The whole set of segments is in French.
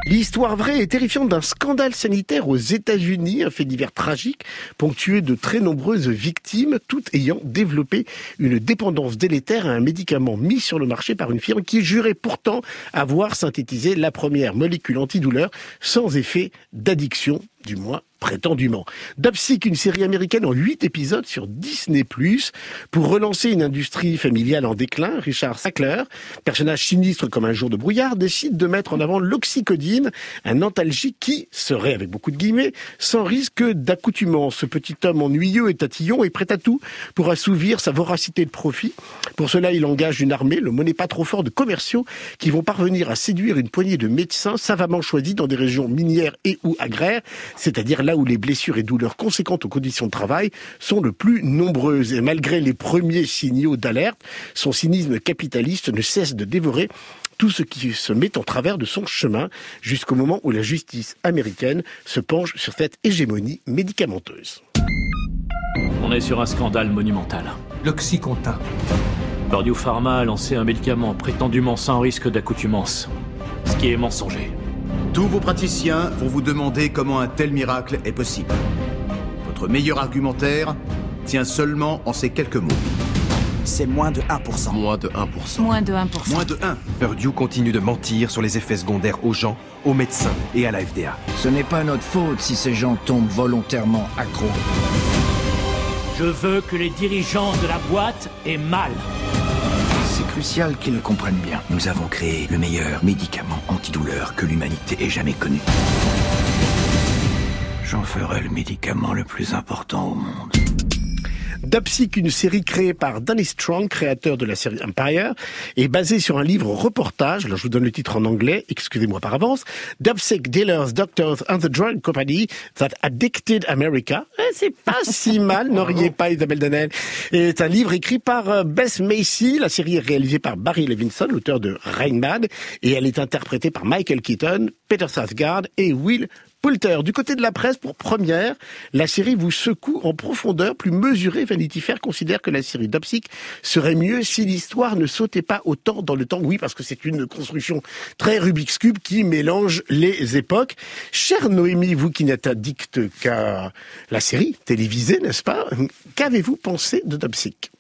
L'histoire vraie et terrifiante d'un scandale sanitaire aux États-Unis, un fait divers tragique, ponctué de très nombreuses victimes, toutes ayant développé une dépendance délétère à un médicament mis sur le marché par une firme qui jurait pourtant avoir synthétisé la première molécule antidouleur sans effet d'addiction, du moins prétendument. Dopsic, une série américaine en 8 épisodes sur Disney+. Pour relancer une industrie familiale en déclin, Richard Sackler, personnage sinistre comme un jour de brouillard, décide de mettre en avant l'oxycodone, un antalgique qui serait, avec beaucoup de guillemets, sans risque d'accoutumance. Ce petit homme ennuyeux et tatillon est prêt à tout pour assouvir sa voracité de profit. Pour cela, il engage une armée, le mot n'est pas trop fort, de commerciaux qui vont parvenir à séduire une poignée de médecins savamment choisis dans des régions minières et ou agraires, c'est-à-dire là où les blessures et douleurs conséquentes aux conditions de travail sont le plus nombreuses. Et malgré les premiers signaux d'alerte, son cynisme capitaliste ne cesse de dévorer tout ce qui se met en travers de son chemin, jusqu'au moment où la justice américaine se penche sur cette hégémonie médicamenteuse. On est sur un scandale monumental. L'Oxycontin. Purdue Pharma a lancé un médicament prétendument sans risque d'accoutumance, ce qui est mensonger. Tous vos praticiens vont vous demander comment un tel miracle est possible. Votre meilleur argumentaire tient seulement en ces quelques mots. C'est moins de 1%. Moins de 1%. Moins de 1%. Moins de 1. Purdue continue de mentir sur les effets secondaires aux gens, aux médecins et à la FDA. Ce n'est pas notre faute si ces gens tombent volontairement accros. Je veux que les dirigeants de la boîte aient mal. C'est crucial qu'ils le comprennent bien. Nous avons créé le meilleur médicament antidouleur que l'humanité ait jamais connu. J'en ferai le médicament le plus important au monde. Dopsic, une série créée par Danny Strong, créateur de la série Empire, est basée sur un livre reportage. Alors je vous donne le titre en anglais, excusez-moi par avance. Dopsic, Dealers, Doctors and the Drug Company That Addicted America. C'est pas si mal, n'en riez pas Isabelle Danel. C'est un livre écrit par Bess Macy. La série est réalisée par Barry Levinson, l'auteur de Rain Man, et elle est interprétée par Michael Keaton, Peter Sarsgaard et Will Poulter. Du côté de la presse, pour première, la série vous secoue en profondeur. Plus mesurée, Vanity Fair considère que la série Dopsic serait mieux si l'histoire ne sautait pas autant dans le temps. Oui, parce que c'est une construction très Rubik's Cube qui mélange les époques. Chère Noémie, vous qui n'êtes addict qu'à la série télévisée, n'est-ce pas? Qu'avez-vous pensé de Dopsic?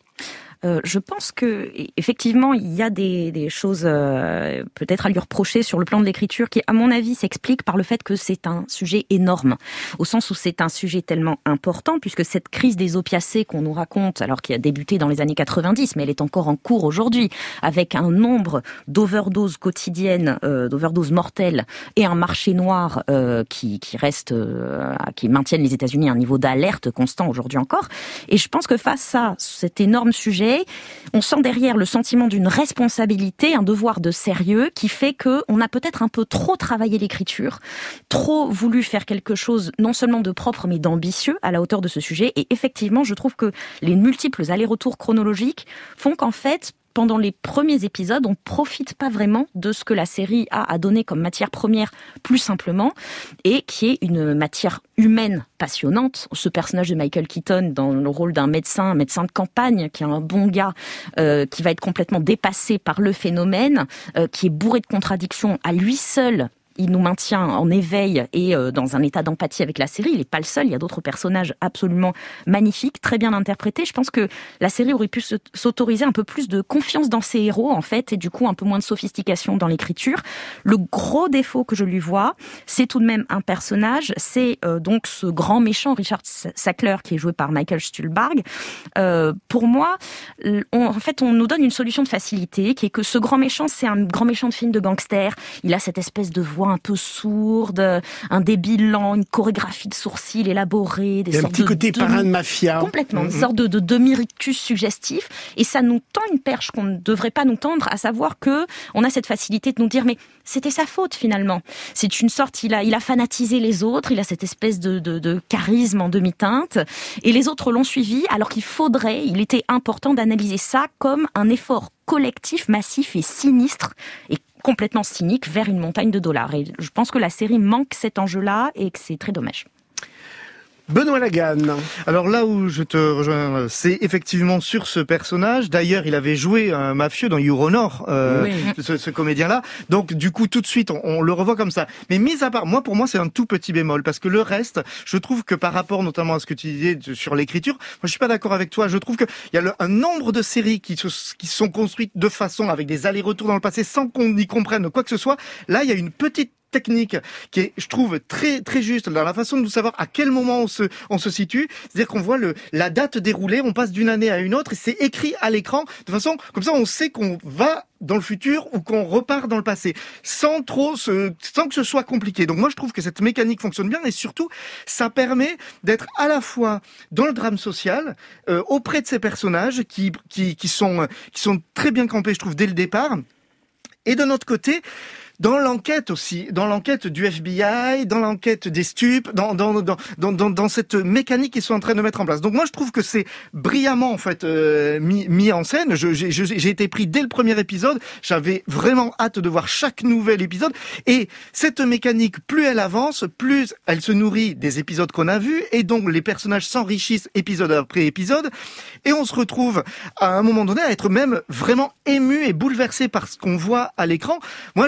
Je pense que effectivement il y a des choses peut-être à lui reprocher sur le plan de l'écriture qui, à mon avis, s'expliquent par le fait que c'est un sujet énorme, au sens où c'est un sujet tellement important, puisque cette crise des opiacés qu'on nous raconte, alors qui a débuté dans les années 90, mais elle est encore en cours aujourd'hui, avec un nombre d'overdoses quotidiennes, d'overdoses mortelles, et un marché noir qui reste, qui maintiennent les États-Unis à un niveau d'alerte constant aujourd'hui encore. Et je pense que face à cet énorme sujet, on sent derrière le sentiment d'une responsabilité, un devoir de sérieux qui fait qu'on a peut-être un peu trop travaillé l'écriture, trop voulu faire quelque chose non seulement de propre mais d'ambitieux à la hauteur de ce sujet. Et effectivement, je trouve que les multiples allers-retours chronologiques font qu'en fait, pendant les premiers épisodes, on profite pas vraiment de ce que la série a à donner comme matière première, plus simplement, et qui est une matière humaine passionnante. Ce personnage de Michael Keaton dans le rôle d'un médecin de campagne, qui est un bon gars, qui va être complètement dépassé par le phénomène, qui est bourré de contradictions à lui seul. Il nous maintient en éveil et dans un état d'empathie avec la série. Il n'est pas le seul, il y a d'autres personnages absolument magnifiques, très bien interprétés. Je pense que la série aurait pu s'autoriser un peu plus de confiance dans ses héros, en fait, et du coup un peu moins de sophistication dans l'écriture. Le gros défaut que je lui vois, c'est tout de même un personnage, c'est donc ce grand méchant, Richard Sackler, qui est joué par Michael Stuhlbarg. Pour moi, on nous donne une solution de facilité, qui est que ce grand méchant, c'est un grand méchant de film de gangster. Il a cette espèce de voix un peu sourde, un débit lent, une chorégraphie de sourcils élaborée, des sortes un petit côté parrain de mafia. Complètement, une sorte de demi-rictus suggestif, et ça nous tend une perche qu'on ne devrait pas nous tendre, à savoir que on a cette facilité de nous dire mais c'était sa faute finalement. C'est une sorte, il a fanatisé les autres, il a cette espèce de charisme en demi-teinte, et les autres l'ont suivi, alors il était important d'analyser ça comme un effort collectif, massif et sinistre, et complètement cynique vers une montagne de dollars. Et je pense que la série manque cet enjeu-là et que c'est très dommage. Benoît Laganne. Alors là où je te rejoins, c'est effectivement sur ce personnage. D'ailleurs, il avait joué un mafieux dans You Honor, ce comédien-là. Donc du coup, tout de suite, on le revoit comme ça. Mais mis à part, pour moi, c'est un tout petit bémol, parce que le reste, je trouve que par rapport notamment à ce que tu disais sur l'écriture, moi je suis pas d'accord avec toi. Je trouve qu'il y a un nombre de séries qui sont construites de façon avec des allers-retours dans le passé sans qu'on y comprenne quoi que ce soit. Là, il y a une petite technique qui est, je trouve, très très juste dans la façon de savoir à quel moment on se situe. C'est-à-dire qu'on voit la date dérouler, on passe d'une année à une autre et c'est écrit à l'écran de façon comme ça on sait qu'on va dans le futur ou qu'on repart dans le passé sans que ce soit compliqué. Donc moi je trouve que cette mécanique fonctionne bien et surtout ça permet d'être à la fois dans le drame social auprès de ces personnages qui sont très bien campés, je trouve, dès le départ, et de notre côté dans l'enquête aussi, dans l'enquête du FBI, dans l'enquête des stupes, dans cette mécanique qu'ils sont en train de mettre en place. Donc moi je trouve que c'est brillamment en fait mis en scène. J'ai été pris dès le premier épisode. J'avais vraiment hâte de voir chaque nouvel épisode. Et cette mécanique, plus elle avance, plus elle se nourrit des épisodes qu'on a vus, et donc les personnages s'enrichissent épisode après épisode. Et on se retrouve à un moment donné à être même vraiment ému et bouleversé par ce qu'on voit à l'écran. Moi,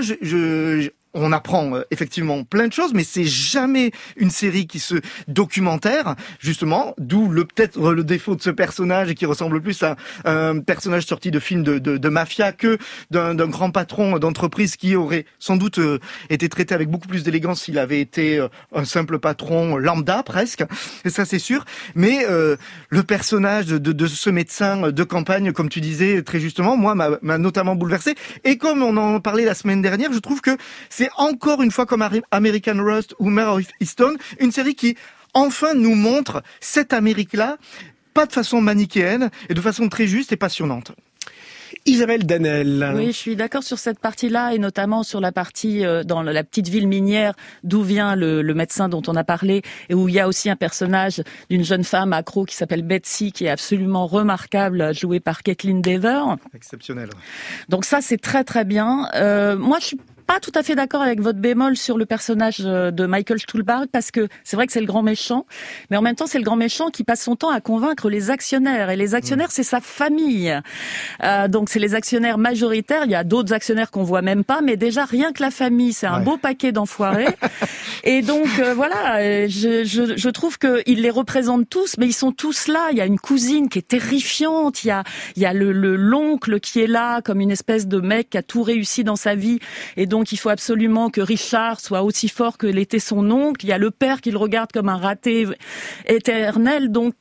on apprend effectivement plein de choses, mais c'est jamais une série qui se documentaire, justement, d'où peut-être le défaut de ce personnage qui ressemble plus à un personnage sorti de film de mafia que d'un grand patron d'entreprise qui aurait sans doute été traité avec beaucoup plus d'élégance s'il avait été un simple patron lambda presque, et ça c'est sûr. Mais le personnage de ce médecin de campagne, comme tu disais très justement, moi m'a notamment bouleversé, et comme on en parlait la semaine dernière, je trouve que c'est encore une fois comme American Rust ou Mare of Easttown, une série qui enfin nous montre cette Amérique-là, pas de façon manichéenne, et de façon très juste et passionnante. Isabelle Danel. Oui, je suis d'accord sur cette partie-là, et notamment sur la partie dans la petite ville minière d'où vient le médecin dont on a parlé, et où il y a aussi un personnage d'une jeune femme accro qui s'appelle Betsy, qui est absolument remarquable, jouée par Kaitlyn Dever. Exceptionnel. Donc ça, c'est très très bien. Moi, je suis pas tout à fait d'accord avec votre bémol sur le personnage de Michael Stuhlbarg, parce que c'est vrai que c'est le grand méchant, mais en même temps c'est le grand méchant qui passe son temps à convaincre les actionnaires, et les actionnaires c'est sa famille, donc c'est les actionnaires majoritaires. Il y a d'autres actionnaires qu'on voit même pas, mais déjà rien que la famille c'est un beau paquet d'enfoirés. Et donc voilà, je trouve que il les représente tous, mais ils sont tous là. Il y a une cousine qui est terrifiante, il y a l'oncle qui est là comme une espèce de mec qui a tout réussi dans sa vie, et donc il faut absolument que Richard soit aussi fort que l'était son oncle. Il y a le père qui le regarde comme un raté éternel. Donc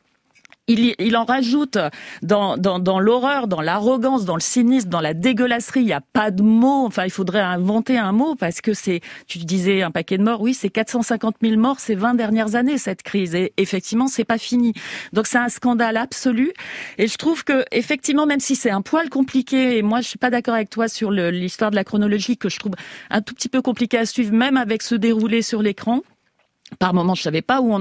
il en rajoute dans l'horreur, dans l'arrogance, dans le cynisme, dans la dégueulasserie. Il n'y a pas de mots. Enfin, il faudrait inventer un mot, parce que tu disais un paquet de morts. Oui, c'est 450 000 morts ces 20 dernières années, cette crise. Et effectivement, c'est pas fini. Donc c'est un scandale absolu. Et je trouve que, effectivement, même si c'est un poil compliqué, et moi je suis pas d'accord avec toi sur l'histoire de la chronologie, que je trouve un tout petit peu compliqué à suivre, même avec ce déroulé sur l'écran. Par moments, je savais pas où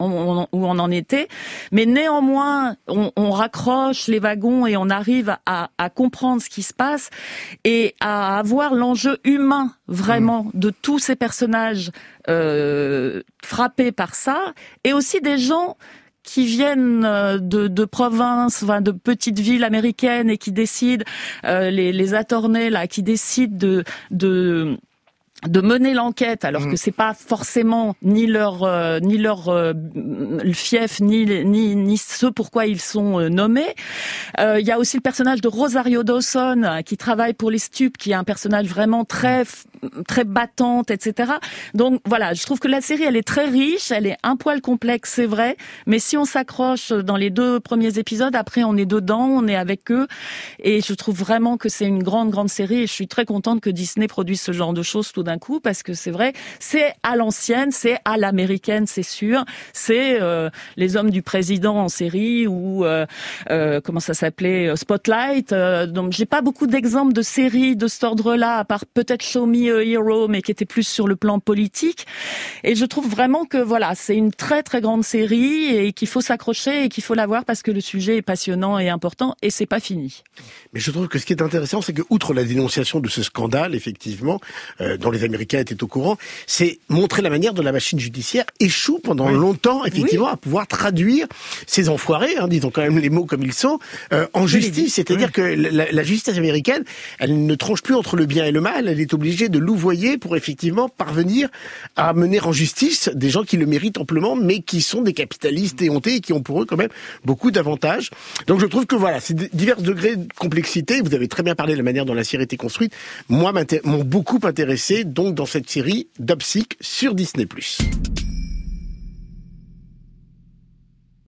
on en était, mais néanmoins, on raccroche les wagons et on arrive à comprendre ce qui se passe et à avoir l'enjeu humain vraiment de tous ces personnages frappés par ça, et aussi des gens qui viennent de provinces, enfin de petites villes américaines, et qui décident les attorneys là, qui décident de mener l'enquête, alors que c'est pas forcément ni leur fief ni ce pourquoi ils sont nommés. Il y a aussi le personnage de Rosario Dawson qui travaille pour les stupes, qui est un personnage vraiment très battante, etc. Donc voilà, je trouve que la série elle est très riche, elle est un poil complexe, c'est vrai, mais si on s'accroche dans les 2 premiers épisodes, après on est dedans, on est avec eux, et je trouve vraiment que c'est une grande série, et je suis très contente que Disney produise ce genre de choses tout d'un coup, parce que c'est vrai, c'est à l'ancienne, c'est à l'américaine, c'est sûr, c'est les hommes du président en série, ou comment ça s'appelait, Spotlight. Donc j'ai pas beaucoup d'exemples de séries de cet ordre-là, à part peut-être Show Me Hero, mais qui était plus sur le plan politique. Et je trouve vraiment que voilà, c'est une très très grande série et qu'il faut s'accrocher et qu'il faut la voir parce que le sujet est passionnant et important et c'est pas fini. Mais je trouve que ce qui est intéressant, c'est que outre la dénonciation de ce scandale, effectivement, dont les Américains étaient au courant, c'est montrer la manière dont la machine judiciaire échoue pendant longtemps, effectivement, à pouvoir traduire ces enfoirés, disons quand même les mots comme ils sont, en justice. C'est-à-dire que la justice américaine, elle ne tranche plus entre le bien et le mal, elle est obligée de louvoyer pour effectivement parvenir à mener en justice des gens qui le méritent amplement, mais qui sont des capitalistes éhontés et qui ont pour eux quand même beaucoup d'avantages. Donc je trouve que voilà, c'est divers degrés de complexité. Vous avez très bien parlé de la manière dont la série était construite. Moi, m'ont beaucoup intéressé donc dans cette série Dopsic sur Disney+.